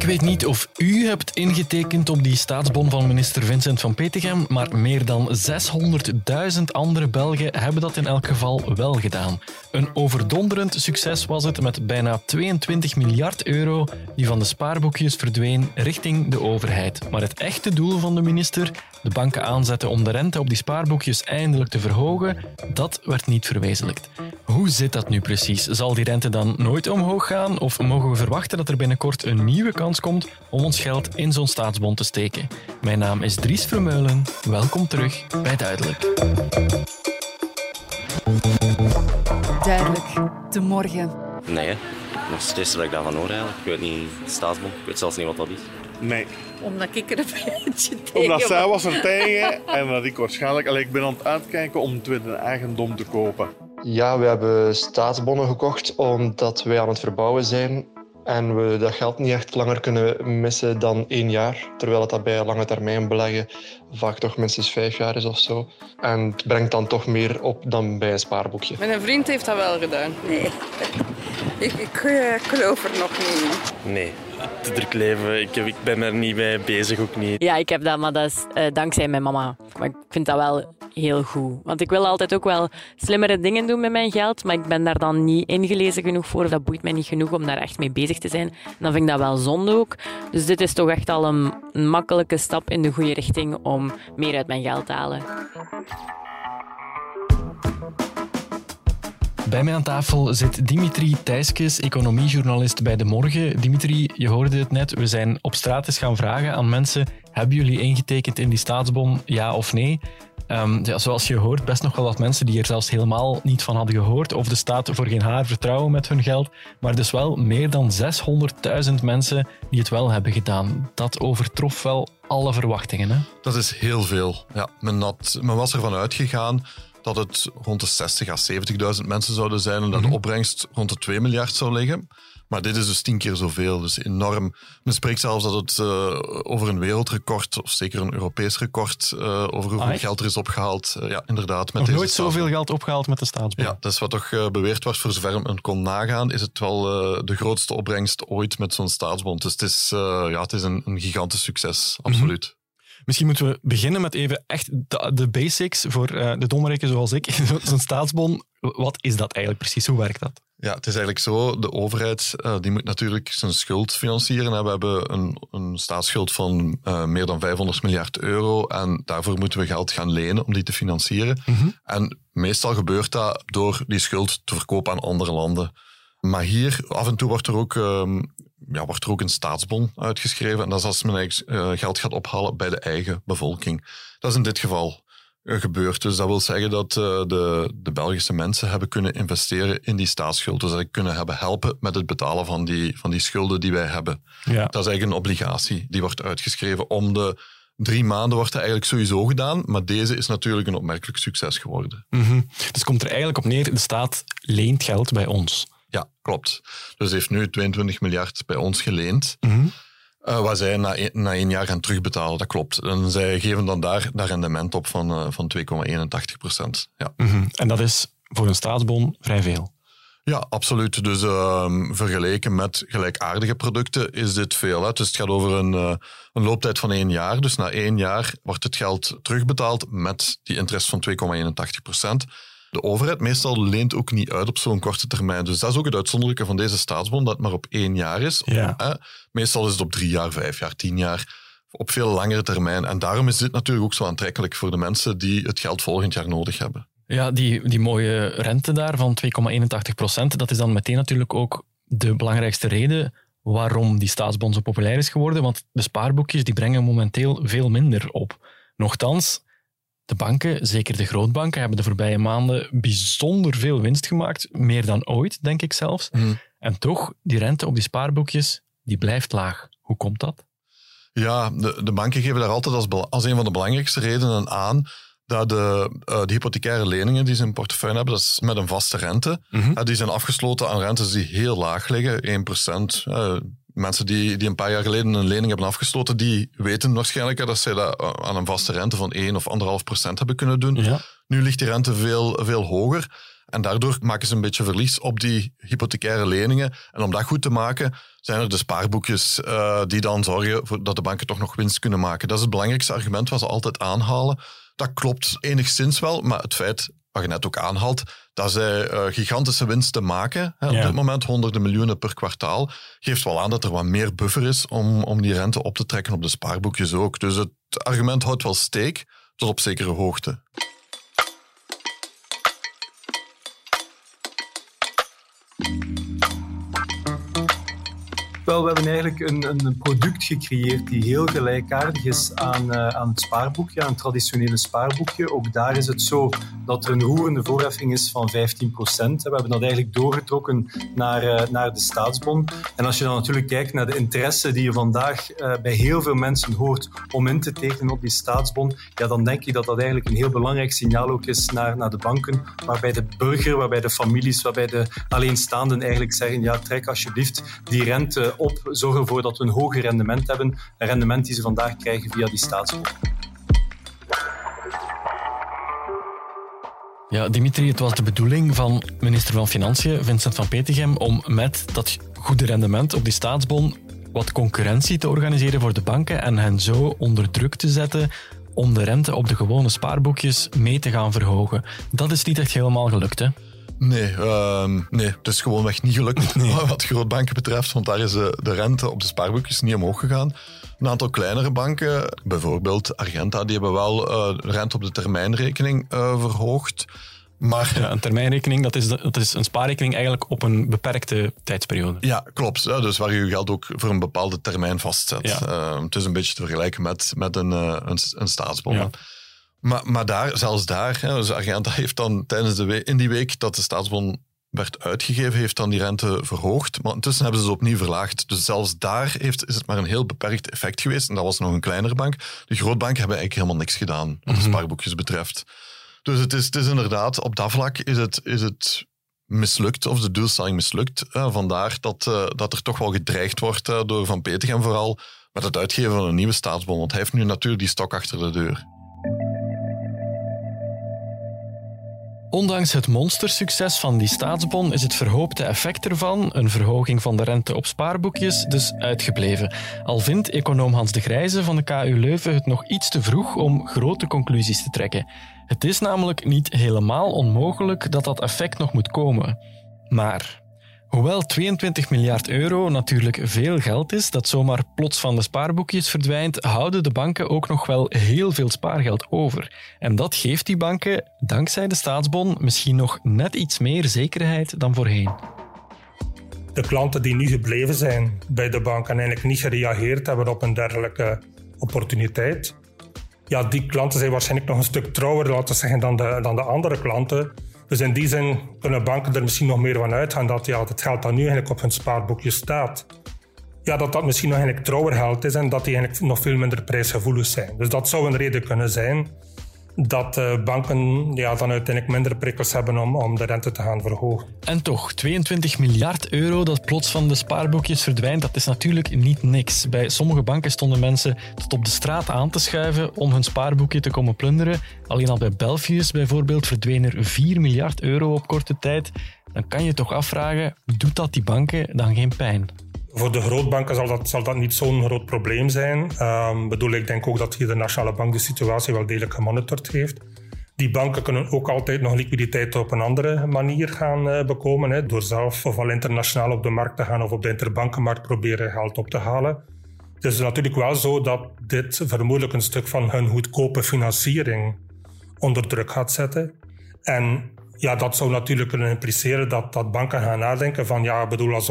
weet niet of u hebt ingetekend op die staatsbon van minister Vincent van Petegem, maar meer dan 600.000 andere Belgen hebben dat in elk geval wel gedaan. Een overdonderend succes was het met bijna 22 miljard euro die van de spaarboekjes verdween richting de overheid. Maar het echte doel van de minister, de banken aanzetten om de rente op die spaarboekjes eindelijk te verhogen, dat werd niet verwezenlijkt. Hoe zit dat nu precies? Zal die rente dan nooit omhoog gaan of mogen we verwachten dat er binnenkort een nieuwe kans komt om ons geld in zo'n staatsbon te steken? Mijn naam is Dries Vermeulen. Welkom terug bij Duidelijk. Duidelijk, de morgen. Nee, dat is het eerste dat ik daarvan hoor eigenlijk. Ik weet niet, staatsbon, ik weet zelfs niet wat dat is. Nee. Omdat ik er een beetje tegen Omdat zij was er tegen en dat ik waarschijnlijk... ik ben aan het uitkijken om tweede eigendom te kopen. Ja, we hebben staatsbonnen gekocht omdat wij aan het verbouwen zijn en we dat geld niet echt langer kunnen missen dan 1 jaar, terwijl dat bij lange termijn beleggen vaak toch minstens 5 jaar is of zo. En het brengt dan toch meer op dan bij een spaarboekje. Mijn vriend heeft dat wel gedaan. Nee, ik geloof er nog niet in. Nee, te druk leven. Ik ben er niet bij bezig, ook niet. Ja, ik heb dat, maar dat is dankzij mijn mama. Maar ik vind dat wel heel goed. Want ik wil altijd ook wel slimmere dingen doen met mijn geld, maar ik ben daar dan niet ingelezen genoeg voor. Dat boeit mij niet genoeg om daar echt mee bezig te zijn. En dan vind ik dat wel zonde ook. Dus dit is toch echt al een makkelijke stap in de goede richting om meer uit mijn geld te halen. Bij mij aan tafel zit Dimitri Thijskes, economiejournalist bij De Morgen. Dimitri, je hoorde het net, we zijn op straat eens gaan vragen aan mensen: hebben jullie ingetekend in die staatsbon, ja of nee? Zoals je hoort, best nog wel wat mensen die er zelfs helemaal niet van hadden gehoord of de staat voor geen haar vertrouwen met hun geld. Maar dus wel meer dan 600.000 mensen die het wel hebben gedaan. Dat overtrof wel alle verwachtingen, hè? Dat is heel veel. Ja, men was ervan uitgegaan dat het rond de 60.000 à 70.000 mensen zouden zijn en dat de opbrengst rond de 2 miljard zou liggen. Maar dit is dus 10 keer zoveel, dus enorm. Men spreekt zelfs dat het over een wereldrecord, of zeker een Europees record, over hoeveel geld er is opgehaald. Ja, inderdaad. Met Nog nooit zoveel geld opgehaald met de staatsbon. Ja, dat is wat toch beweerd wordt, voor zover men kon nagaan, is het wel de grootste opbrengst ooit met zo'n staatsbon. Dus het is een gigantisch succes, absoluut. Misschien moeten we beginnen met even echt de basics voor de domerikken zoals ik. Zo'n staatsbon, wat is dat eigenlijk precies? Hoe werkt dat? Ja, het is eigenlijk zo, de overheid die moet natuurlijk zijn schuld financieren. We hebben een staatsschuld van meer dan 500 miljard euro en daarvoor moeten we geld gaan lenen om die te financieren. En meestal gebeurt dat door die schuld te verkopen aan andere landen. Maar hier, af en toe wordt er ook een staatsbon uitgeschreven. En dat is als men eigenlijk geld gaat ophalen bij de eigen bevolking. Dat is in dit geval gebeurd. Dus dat wil zeggen dat de Belgische mensen hebben kunnen investeren in die staatsschuld. Dus dat ze kunnen hebben helpen met het betalen van die schulden die wij hebben. Ja. Dat is eigenlijk een obligatie. Die wordt uitgeschreven om de 3 maanden wordt dat eigenlijk sowieso gedaan. Maar deze is natuurlijk een opmerkelijk succes geworden. Dus komt er eigenlijk op neer, de staat leent geld bij ons. Ja, klopt. Dus heeft nu 22 miljard bij ons geleend. Waar zij na 1 jaar gaan terugbetalen, dat klopt. En zij geven dan daar rendement op van 2,81%. Ja. En dat is voor een staatsbon vrij veel. Ja, absoluut. Dus vergeleken met gelijkaardige producten is dit veel. Hè? Dus het gaat over een looptijd van 1 jaar. Dus na 1 jaar wordt het geld terugbetaald met die interest van 2,81%. De overheid meestal leent ook niet uit op zo'n korte termijn. Dus dat is ook het uitzonderlijke van deze staatsbon, dat het maar op 1 jaar is. Ja. Meestal is het op 3 jaar, 5 jaar, 10 jaar, op veel langere termijn. En daarom is dit natuurlijk ook zo aantrekkelijk voor de mensen die het geld volgend jaar nodig hebben. Ja, die mooie rente daar van 2,81%, dat is dan meteen natuurlijk ook de belangrijkste reden waarom die staatsbon zo populair is geworden. Want de spaarboekjes die brengen momenteel veel minder op. Nochtans, de banken, zeker de grootbanken, hebben de voorbije maanden bijzonder veel winst gemaakt. Meer dan ooit, denk ik zelfs. En toch, die rente op die spaarboekjes, die blijft laag. Hoe komt dat? Ja, de banken geven daar altijd als een van de belangrijkste redenen aan dat de hypothecaire leningen die ze in portefeuille hebben, dat is met een vaste rente. Die zijn afgesloten aan rentes die heel laag liggen, 1%. Mensen die een paar jaar geleden een lening hebben afgesloten, die weten waarschijnlijk dat zij dat aan een vaste rente van 1 of 1,5% hebben kunnen doen. Ja. Nu ligt die rente veel, veel hoger. En daardoor maken ze een beetje verlies op die hypothecaire leningen. En om dat goed te maken, zijn er de spaarboekjes die dan zorgen dat de banken toch nog winst kunnen maken. Dat is het belangrijkste argument wat ze altijd aanhalen. Dat klopt enigszins wel, maar het feit, wat je net ook aanhaalt, dat zij gigantische winsten maken, op dit moment honderden miljoenen per kwartaal, geeft wel aan dat er wat meer buffer is om die rente op te trekken op de spaarboekjes ook. Dus het argument houdt wel steek tot op zekere hoogte. Wel, we hebben eigenlijk een product gecreëerd die heel gelijkaardig is aan het spaarboekje, aan het traditionele spaarboekje. Ook daar is het zo dat er een roerende voorheffing is van 15%. We hebben dat eigenlijk doorgetrokken naar de staatsbon. En als je dan natuurlijk kijkt naar de interesse die je vandaag bij heel veel mensen hoort om in te tekenen op die staatsbon, ja, dan denk ik dat dat eigenlijk een heel belangrijk signaal ook is naar de banken, waarbij de burger, waarbij de families, waarbij de alleenstaanden eigenlijk zeggen, ja, trek alsjeblieft die rente op, zorg ervoor dat we een hoger rendement hebben, een rendement die ze vandaag krijgen via die staatsbon. Ja, Dimitri, het was de bedoeling van minister van Financiën, Vincent van Petegem, om met dat goede rendement op die staatsbon wat concurrentie te organiseren voor de banken en hen zo onder druk te zetten om de rente op de gewone spaarboekjes mee te gaan verhogen. Dat is niet echt helemaal gelukt, hè? Nee, het is gewoonweg niet gelukt wat grootbanken betreft, want daar is de rente op de spaarboekjes niet omhoog gegaan. Een aantal kleinere banken, bijvoorbeeld Argenta, die hebben wel de rente op de termijnrekening verhoogd. Maar ja, een termijnrekening, dat is een spaarrekening eigenlijk op een beperkte tijdsperiode. Ja, klopt. Ja, dus waar je je geld ook voor een bepaalde termijn vastzet. Ja. Het is een beetje te vergelijken met een staatsbon. Ja. Maar zelfs daar, dus Argenta heeft dan in die week dat de staatsbon werd uitgegeven, heeft dan die rente verhoogd. Maar intussen hebben ze het opnieuw verlaagd. Dus zelfs daar is het maar een heel beperkt effect geweest. En dat was nog een kleinere bank. De grootbanken hebben eigenlijk helemaal niks gedaan, wat de spaarboekjes betreft. Dus het is inderdaad, op dat vlak is het mislukt, of de doelstelling mislukt. Vandaar dat er toch wel gedreigd wordt door Van Petegem vooral met het uitgeven van een nieuwe staatsbon. Want hij heeft nu natuurlijk die stok achter de deur. Ondanks het monstersucces van die staatsbon is het verhoopte effect ervan, een verhoging van de rente op spaarboekjes, dus uitgebleven. Al vindt econoom Hans de Grijze van de KU Leuven het nog iets te vroeg om grote conclusies te trekken. Het is namelijk niet helemaal onmogelijk dat dat effect nog moet komen. Maar hoewel 22 miljard euro natuurlijk veel geld is dat zomaar plots van de spaarboekjes verdwijnt, houden de banken ook nog wel heel veel spaargeld over. En dat geeft die banken, dankzij de staatsbon, misschien nog net iets meer zekerheid dan voorheen. De klanten die nu gebleven zijn bij de bank en eigenlijk niet gereageerd hebben op een dergelijke opportuniteit, ja, die klanten zijn waarschijnlijk nog een stuk trouwer, laten we zeggen, dan de andere klanten. Dus in die zin kunnen banken er misschien nog meer van uitgaan dat het geld dat nu eigenlijk op hun spaarboekje staat, ja, dat misschien nog eigenlijk trouwer geld is en dat die eigenlijk nog veel minder prijsgevoelig zijn. Dus dat zou een reden kunnen zijn dat banken dan uiteindelijk minder prikkels hebben om de rente te gaan verhogen. En toch, 22 miljard euro dat plots van de spaarboekjes verdwijnt, dat is natuurlijk niet niks. Bij sommige banken stonden mensen tot op de straat aan te schuiven om hun spaarboekje te komen plunderen. Alleen al bij Belfius bijvoorbeeld verdween er 4 miljard euro op korte tijd. Dan kan je toch afvragen, doet dat die banken dan geen pijn? Voor de grootbanken zal dat niet zo'n groot probleem zijn. Ik denk ook dat hier de Nationale Bank de situatie wel degelijk gemonitord heeft. Die banken kunnen ook altijd nog liquiditeit op een andere manier gaan bekomen. Door zelf ofwel internationaal op de markt te gaan of op de interbankenmarkt proberen geld op te halen. Het is natuurlijk wel zo dat dit vermoedelijk een stuk van hun goedkope financiering onder druk gaat zetten. En ja, dat zou natuurlijk kunnen impliceren dat banken gaan nadenken van als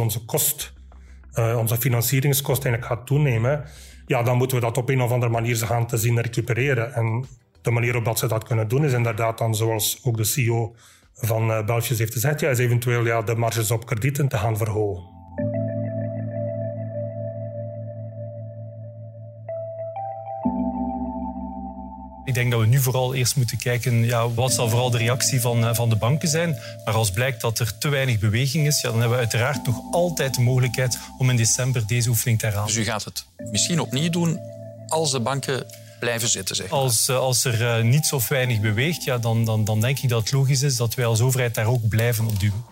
onze financieringskost eigenlijk gaat toenemen, ja, dan moeten we dat op een of andere manier gaan te zien recupereren. En de manier waarop dat ze dat kunnen doen is inderdaad dan, zoals ook de CEO van Belfius heeft gezegd, is eventueel de marges op kredieten te gaan verhogen. Ik denk dat we nu vooral eerst moeten kijken, wat zal vooral de reactie van de banken zijn. Maar als blijkt dat er te weinig beweging is, dan hebben we uiteraard nog altijd de mogelijkheid om in december deze oefening te herhalen. Dus u gaat het misschien opnieuw doen als de banken blijven zitten. Zeg maar. Als er niets of weinig beweegt, ja, dan denk ik dat het logisch is dat wij als overheid daar ook blijven op duwen.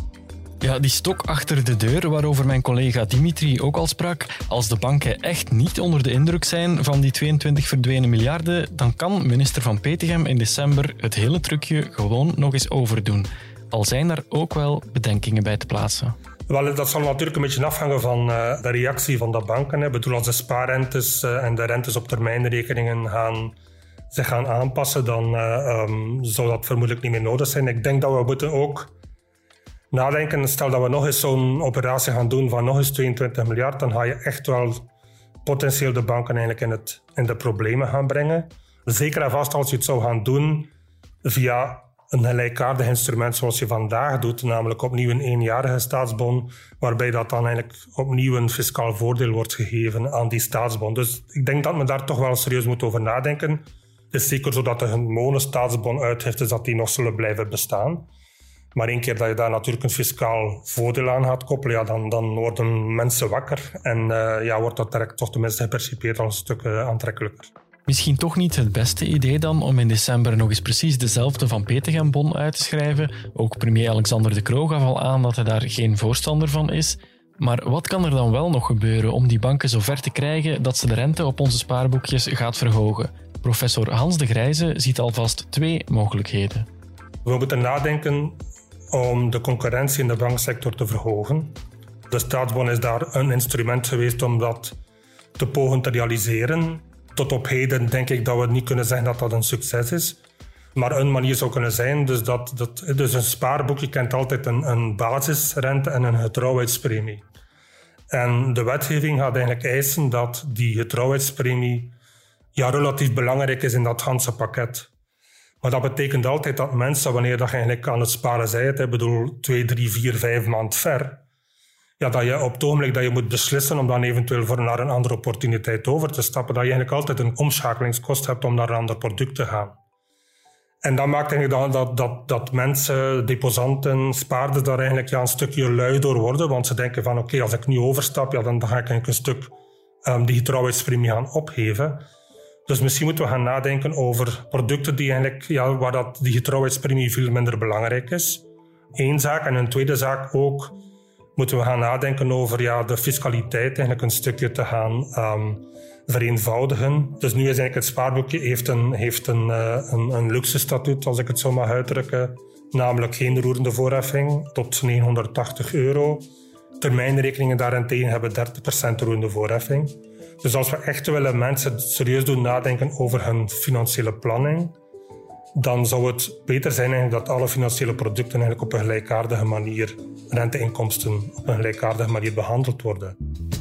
Ja, die stok achter de deur, waarover mijn collega Dimitri ook al sprak. Als de banken echt niet onder de indruk zijn van die 22 verdwenen miljarden, dan kan minister Van Petegem in december het hele trucje gewoon nog eens overdoen. Al zijn er ook wel bedenkingen bij te plaatsen. Wel, dat zal natuurlijk een beetje afhangen van de reactie van de banken. Ik bedoel, als de spaarrentes en de rentes op termijnrekeningen zich gaan aanpassen, dan zou dat vermoedelijk niet meer nodig zijn. Ik denk dat we moeten ook nadenken, stel dat we nog eens zo'n operatie gaan doen van nog eens 22 miljard, dan ga je echt wel potentieel de banken eigenlijk in de problemen gaan brengen. Zeker en vast als je het zou gaan doen via een gelijkaardig instrument zoals je vandaag doet, namelijk opnieuw een eenjarige staatsbon, waarbij dat dan eigenlijk opnieuw een fiscaal voordeel wordt gegeven aan die staatsbon. Dus ik denk dat men daar toch wel serieus moet over nadenken. Het is zeker zo dat de gewone staatsbon uitgiftes dat die nog zullen blijven bestaan. Maar één keer dat je daar natuurlijk een fiscaal voordeel aan gaat koppelen, ja, dan worden mensen wakker en wordt dat direct toch tenminste gepercipieerd als een stuk aantrekkelijker. Misschien toch niet het beste idee dan om in december nog eens precies dezelfde Van Petegem-bon uit te schrijven. Ook premier Alexander De Croo gaf al aan dat hij daar geen voorstander van is. Maar wat kan er dan wel nog gebeuren om die banken zover te krijgen dat ze de rente op onze spaarboekjes gaat verhogen? Professor Hans de Grijze ziet alvast 2 mogelijkheden. We moeten nadenken om de concurrentie in de banksector te verhogen. De staatsbon is daar een instrument geweest om dat te pogen te realiseren. Tot op heden denk ik dat we niet kunnen zeggen dat dat een succes is. Maar een manier zou kunnen zijn, dus een spaarboekje kent altijd een basisrente en een getrouwheidspremie. En de wetgeving gaat eigenlijk eisen dat die getrouwheidspremie relatief belangrijk is in dat ganse pakket. Maar dat betekent altijd dat mensen, wanneer je eigenlijk aan het sparen bent, ik bedoel 2, 3, 4, 5 maanden ver, dat je op het ogenblik dat je moet beslissen om dan eventueel naar een andere opportuniteit over te stappen, dat je eigenlijk altijd een omschakelingskost hebt om naar een ander product te gaan. En dat maakt eigenlijk dat mensen, deposanten, spaarders daar eigenlijk een stukje lui door worden, want ze denken van oké, als ik nu overstap, dan ga ik eigenlijk een stuk die getrouwheidspremie gaan opgeven. Dus misschien moeten we gaan nadenken over producten die eigenlijk, waar die getrouwheidspremie veel minder belangrijk is. Eén zaak. En een tweede zaak ook moeten we gaan nadenken over de fiscaliteit eigenlijk een stukje te gaan vereenvoudigen. Dus nu is eigenlijk het spaarboekje heeft een luxe statuut, als ik het zo mag uitdrukken. Namelijk geen roerende voorheffing tot €980. Termijnrekeningen daarentegen hebben 30% roerende voorheffing. Dus als we echt willen mensen serieus doen nadenken over hun financiële planning, dan zou het beter zijn eigenlijk dat alle financiële producten eigenlijk op een gelijkaardige manier, renteinkomsten op een gelijkaardige manier behandeld worden.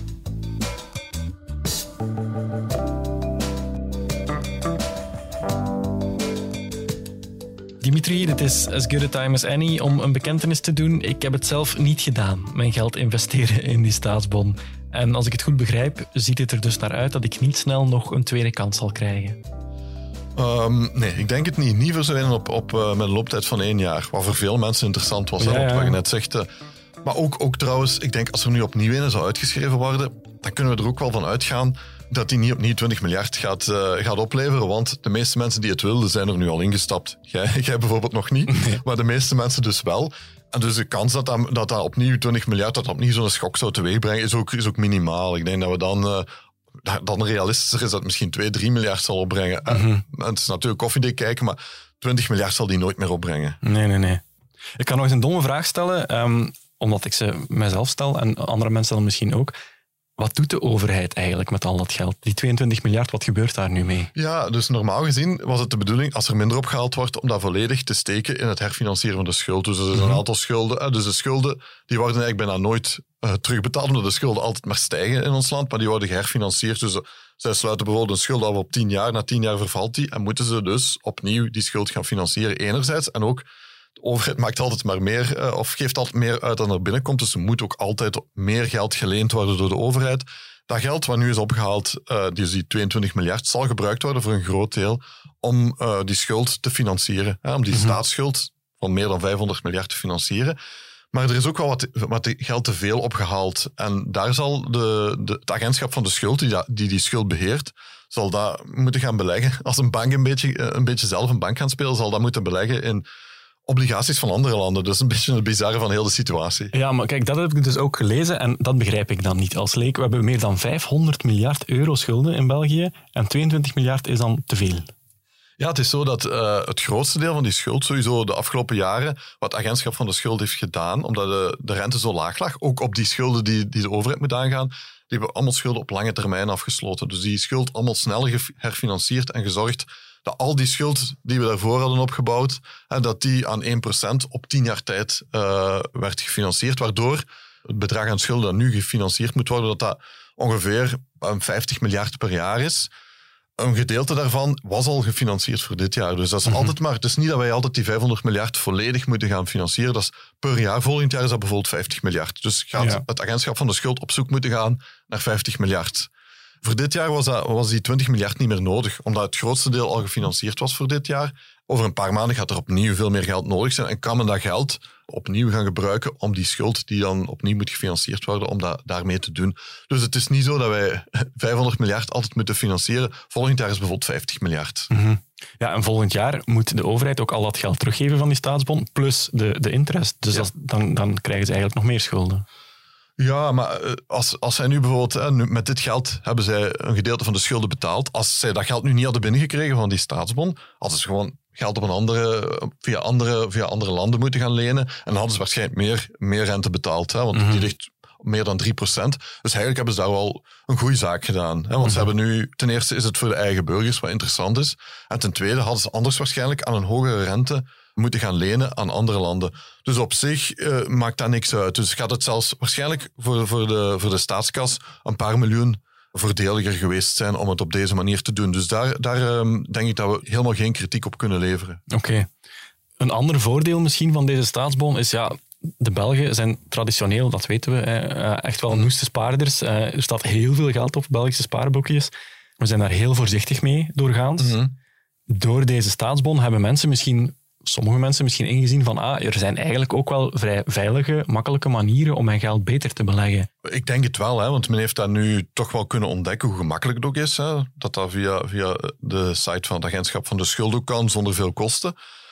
Dimitri, dit is as good a time as any om een bekentenis te doen. Ik heb het zelf niet gedaan, mijn geld investeren in die staatsbon. En als ik het goed begrijp, ziet het er dus naar uit dat ik niet snel nog een tweede kans zal krijgen. Nee, ik denk het niet. Niet verzwijnen met een looptijd van 1 jaar. Wat voor veel mensen interessant was, wat je net zegt. Maar ook trouwens, ik denk als er nu opnieuw een zou uitgeschreven worden, dan kunnen we er ook wel van uitgaan dat die niet opnieuw 20 miljard gaat opleveren. Want de meeste mensen die het wilden, zijn er nu al ingestapt. Jij bijvoorbeeld nog niet, maar de meeste mensen dus wel. En dus de kans dat opnieuw 20 miljard, dat opnieuw zo'n schok zou teweegbrengen, is ook minimaal. Ik denk dat we dan realistischer is dat het misschien 2, 3 miljard zal opbrengen. Het is natuurlijk koffiedik kijken, maar 20 miljard zal die nooit meer opbrengen. Nee. Ik kan nog eens een domme vraag stellen, omdat ik ze mijzelf stel en andere mensen dan misschien ook. Wat doet de overheid eigenlijk met al dat geld? Die 22 miljard, wat gebeurt daar nu mee? Ja, dus normaal gezien was het de bedoeling, als er minder opgehaald wordt, om dat volledig te steken in het herfinancieren van de schuld. Dus er is een aantal schulden. Dus de schulden die worden eigenlijk bijna nooit terugbetaald, omdat de schulden altijd maar stijgen in ons land, maar die worden geherfinancierd. Dus zij sluiten bijvoorbeeld een schuld af op 10 jaar. Na 10 jaar vervalt die en moeten ze dus opnieuw die schuld gaan financieren enerzijds. En ook de overheid maakt altijd maar meer, of geeft altijd meer uit dan er binnenkomt. Dus er moet ook altijd meer geld geleend worden door de overheid. Dat geld wat nu is opgehaald, dus die 22 miljard, zal gebruikt worden voor een groot deel om die schuld te financieren. Om die staatsschuld van meer dan 500 miljard te financieren. Maar er is ook wel wat geld te veel opgehaald. En daar zal het agentschap van de schuld, die schuld beheert, zal dat moeten gaan beleggen. Als een bank een beetje zelf een bank gaan spelen, zal dat moeten beleggen in obligaties van andere landen. Dat is een beetje het bizarre van heel de situatie. Ja, maar kijk, dat heb ik dus ook gelezen en dat begrijp ik dan niet als leek. We hebben meer dan 500 miljard euro schulden in België en 22 miljard is dan te veel. Ja, het is zo dat het grootste deel van die schuld, sowieso de afgelopen jaren, wat het agentschap van de schuld heeft gedaan, omdat de rente zo laag lag, ook op die schulden die de overheid moet aangaan, die hebben allemaal schulden op lange termijn afgesloten. Dus die schuld allemaal sneller herfinancierd en gezorgd dat al die schuld die we daarvoor hadden opgebouwd, dat die aan 1% op 10 jaar tijd werd gefinancierd, waardoor het bedrag aan schulden dat nu gefinancierd moet worden, dat ongeveer 50 miljard per jaar is. Een gedeelte daarvan was al gefinancierd voor dit jaar. Dus dat is altijd maar... Het is niet dat wij altijd die 500 miljard volledig moeten gaan financieren. Dat is per jaar. Volgend jaar is dat bijvoorbeeld 50 miljard. Dus gaat het agentschap van de schuld op zoek moeten gaan naar 50 miljard. Voor dit jaar was die 20 miljard niet meer nodig, omdat het grootste deel al gefinancierd was voor dit jaar. Over een paar maanden gaat er opnieuw veel meer geld nodig zijn en kan men dat geld opnieuw gaan gebruiken om die schuld die dan opnieuw moet gefinancierd worden, om dat daarmee te doen. Dus het is niet zo dat wij 500 miljard altijd moeten financieren. Volgend jaar is bijvoorbeeld 50 miljard. Mm-hmm. Ja, en volgend jaar moet de overheid ook al dat geld teruggeven van die staatsbond, plus de interest. Dus dan krijgen ze eigenlijk nog meer schulden. Ja, maar als zij nu bijvoorbeeld... met dit geld hebben zij een gedeelte van de schulden betaald. Als zij dat geld nu niet hadden binnengekregen van die staatsbond, hadden ze gewoon geld op via andere landen moeten gaan lenen. En dan hadden ze waarschijnlijk meer rente betaald. Want die ligt meer dan 3%. Dus eigenlijk hebben ze daar wel een goede zaak gedaan. Want ze hebben nu... Ten eerste is het voor de eigen burgers wat interessant is. En ten tweede hadden ze anders waarschijnlijk aan een hogere rente moeten gaan lenen aan andere landen. Dus op zich maakt dat niks uit. Dus gaat het zelfs waarschijnlijk voor de staatskas een paar miljoen voordeliger geweest zijn om het op deze manier te doen. Dus daar denk ik dat we helemaal geen kritiek op kunnen leveren. Oké. Een ander voordeel misschien van deze staatsbon is, de Belgen zijn traditioneel, dat weten we, echt wel noeste spaarders. Er staat heel veel geld op Belgische spaarboekjes. We zijn daar heel voorzichtig mee doorgaans. Door deze staatsbon hebben sommige mensen misschien ingezien van er zijn eigenlijk ook wel vrij veilige, makkelijke manieren om mijn geld beter te beleggen. Ik denk het wel, want men heeft dat nu toch wel kunnen ontdekken hoe gemakkelijk het ook is. Dat via de site van het agentschap van de schuld ook kan, zonder veel kosten.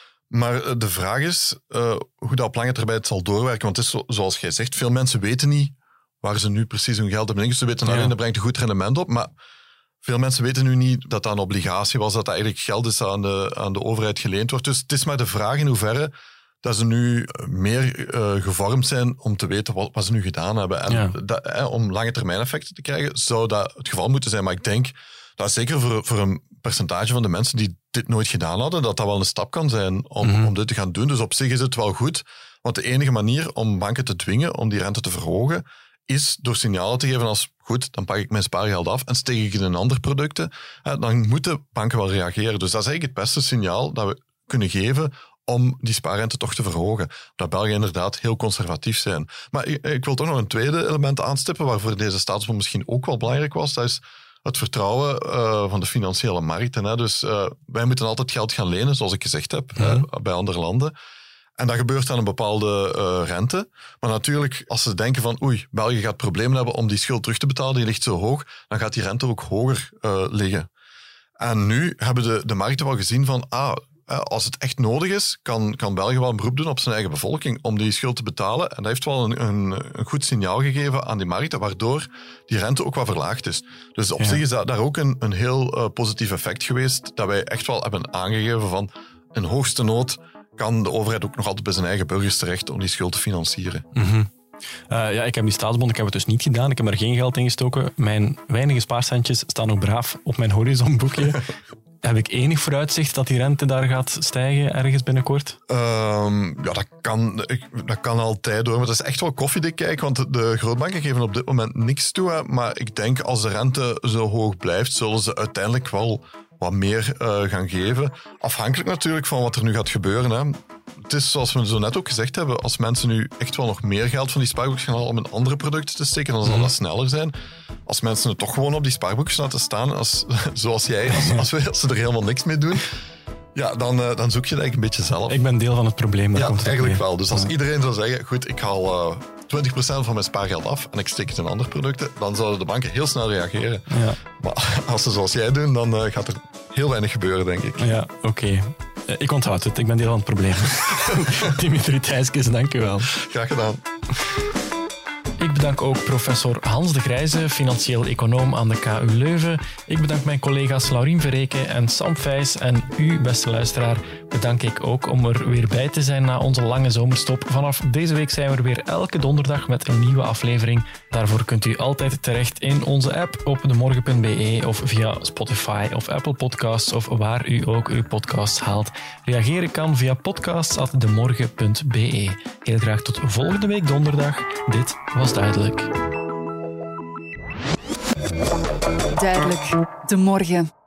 Maar de vraag is hoe dat op lange termijn zal doorwerken. Want het is zoals jij zegt, veel mensen weten niet waar ze nu precies hun geld hebben ingezet. Ze weten alleen dat brengt een goed rendement op, maar veel mensen weten nu niet dat dat een obligatie was, dat dat eigenlijk geld is dat aan de overheid geleend wordt. Dus het is maar de vraag in hoeverre dat ze nu meer gevormd zijn om te weten wat ze nu gedaan hebben. En om lange termijn effecten te krijgen, zou dat het geval moeten zijn. Maar ik denk dat zeker voor een percentage van de mensen die dit nooit gedaan hadden, dat wel een stap kan zijn om dit te gaan doen. Dus op zich is het wel goed. Want de enige manier om banken te dwingen om die rente te verhogen, is door signalen te geven als, goed, dan pak ik mijn spaargeld af en steek ik in een ander producten. Dan moeten banken wel reageren. Dus dat is eigenlijk het beste signaal dat we kunnen geven om die spaarrente toch te verhogen. Dat Belgen inderdaad heel conservatief zijn. Maar ik wil toch nog een tweede element aanstippen, waarvoor deze staatsbond misschien ook wel belangrijk was. Dat is het vertrouwen van de financiële markten. Dus wij moeten altijd geld gaan lenen, zoals ik gezegd heb, bij andere landen. En dat gebeurt aan een bepaalde rente. Maar natuurlijk, als ze denken van België gaat problemen hebben om die schuld terug te betalen, die ligt zo hoog, dan gaat die rente ook hoger liggen. En nu hebben de markten wel gezien van, als het echt nodig is, kan België wel een beroep doen op zijn eigen bevolking om die schuld te betalen. En dat heeft wel een goed signaal gegeven aan die markten, waardoor die rente ook wat verlaagd is. Dus op zich is daar ook een heel positief effect geweest, dat wij echt wel hebben aangegeven van, in hoogste nood kan de overheid ook nog altijd bij zijn eigen burgers terecht om die schuld te financieren. Ik heb die staatsbond, ik heb het dus niet gedaan. Ik heb er geen geld in gestoken. Mijn weinige spaarcentjes staan nog braaf op mijn horizonboekje. Heb ik enig vooruitzicht dat die rente daar gaat stijgen ergens binnenkort? Dat kan altijd door. Maar dat is echt wel koffiedik kijken, want de grootbanken geven op dit moment niks toe. Maar ik denk als de rente zo hoog blijft, zullen ze uiteindelijk wel wat meer gaan geven. Afhankelijk natuurlijk van wat er nu gaat gebeuren. Het is zoals we zo net ook gezegd hebben, als mensen nu echt wel nog meer geld van die spaarboekjes gaan halen om in andere producten te steken, dan zal dat sneller zijn. Als mensen het toch gewoon op die spaarboekjes laten staan, zoals jij, als ze er helemaal niks mee doen, Ja, dan zoek je het eigenlijk een beetje zelf. Ik ben deel van het probleem. Ja, eigenlijk wel. Dus als iedereen zou zeggen, goed, ik haal 20% van mijn spaargeld af en ik steek het in andere producten, dan zouden de banken heel snel reageren. Ja. Maar als ze zoals jij doen, dan gaat er heel weinig gebeuren, denk ik. Ja, oké. Ik onthoud het. Ik ben deel van het probleem. Dimitri Thijskes, dank u wel. Graag gedaan. Ik bedank ook professor Hans de Grijze, financieel econoom aan de KU Leuven. Ik bedank mijn collega's Laurien Verreke en Sam Vijs. En u, beste luisteraar, bedank ik ook om er weer bij te zijn na onze lange zomerstop. Vanaf deze week zijn we er weer elke donderdag met een nieuwe aflevering. Daarvoor kunt u altijd terecht in onze app op demorgen.be of via Spotify of Apple Podcasts of waar u ook uw podcasts haalt. Reageren kan via podcasts@demorgen.be. Heel graag tot volgende week donderdag. Dit was Duidelijk. Duidelijk. De Morgen.